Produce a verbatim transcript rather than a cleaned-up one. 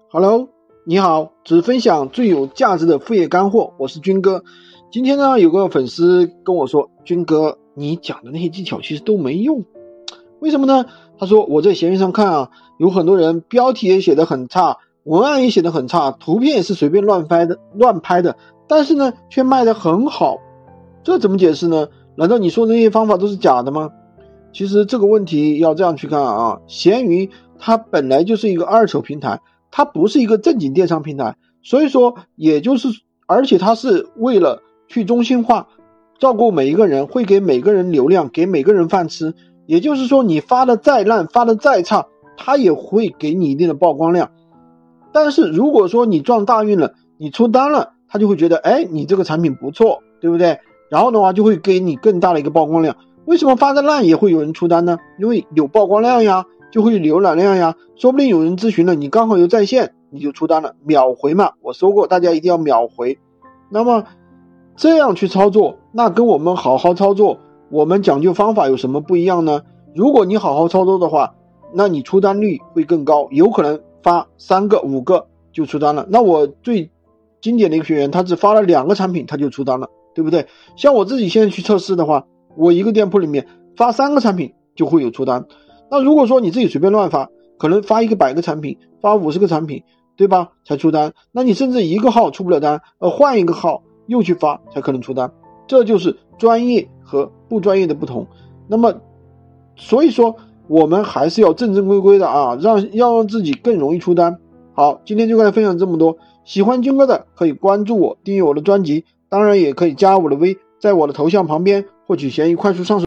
Hello， 你好，只分享最有价值的副业干货，我是军哥。今天呢，有个粉丝跟我说，军哥，你讲的那些技巧其实都没用。为什么呢？他说我在闲鱼上看啊，有很多人标题也写得很差，文案也写得很差，图片也是随便乱拍的乱拍的，但是呢，却卖得很好。这怎么解释呢？难道你说的那些方法都是假的吗？其实这个问题要这样去看啊，闲鱼它本来就是一个二手平台，它不是一个正经电商平台，所以说也就是而且它是为了去中心化，照顾每一个人，会给每个人流量，给每个人饭吃。也就是说你发的再烂，发的再差，它也会给你一定的曝光量。但是如果说你撞大运了，你出单了，他就会觉得哎，你这个产品不错，对不对？然后的话就会给你更大的一个曝光量。为什么发的烂也会有人出单呢？因为有曝光量呀，就会有浏览量呀，说不定有人咨询了，你刚好有在线，你就出单了，秒回嘛。我说过大家一定要秒回。那么这样去操作，那跟我们好好操作，我们讲究方法有什么不一样呢？如果你好好操作的话，那你出单率会更高，有可能发三个五个就出单了。那我最经典的一个学员，他只发了两个产品他就出单了，对不对？像我自己现在去测试的话，我一个店铺里面发三个产品就会有出单。那如果说你自己随便乱发，可能发一个百个产品，发五十个产品，对吧？才出单。那你甚至一个号出不了单，呃，换一个号又去发才可能出单。这就是专业和不专业的不同。那么，所以说我们还是要正正规规的啊，让要让自己更容易出单。好，今天就跟大家分享这么多。喜欢军哥的可以关注我，订阅我的专辑，当然也可以加我的微，在我的头像旁边获取闲鱼快速上手。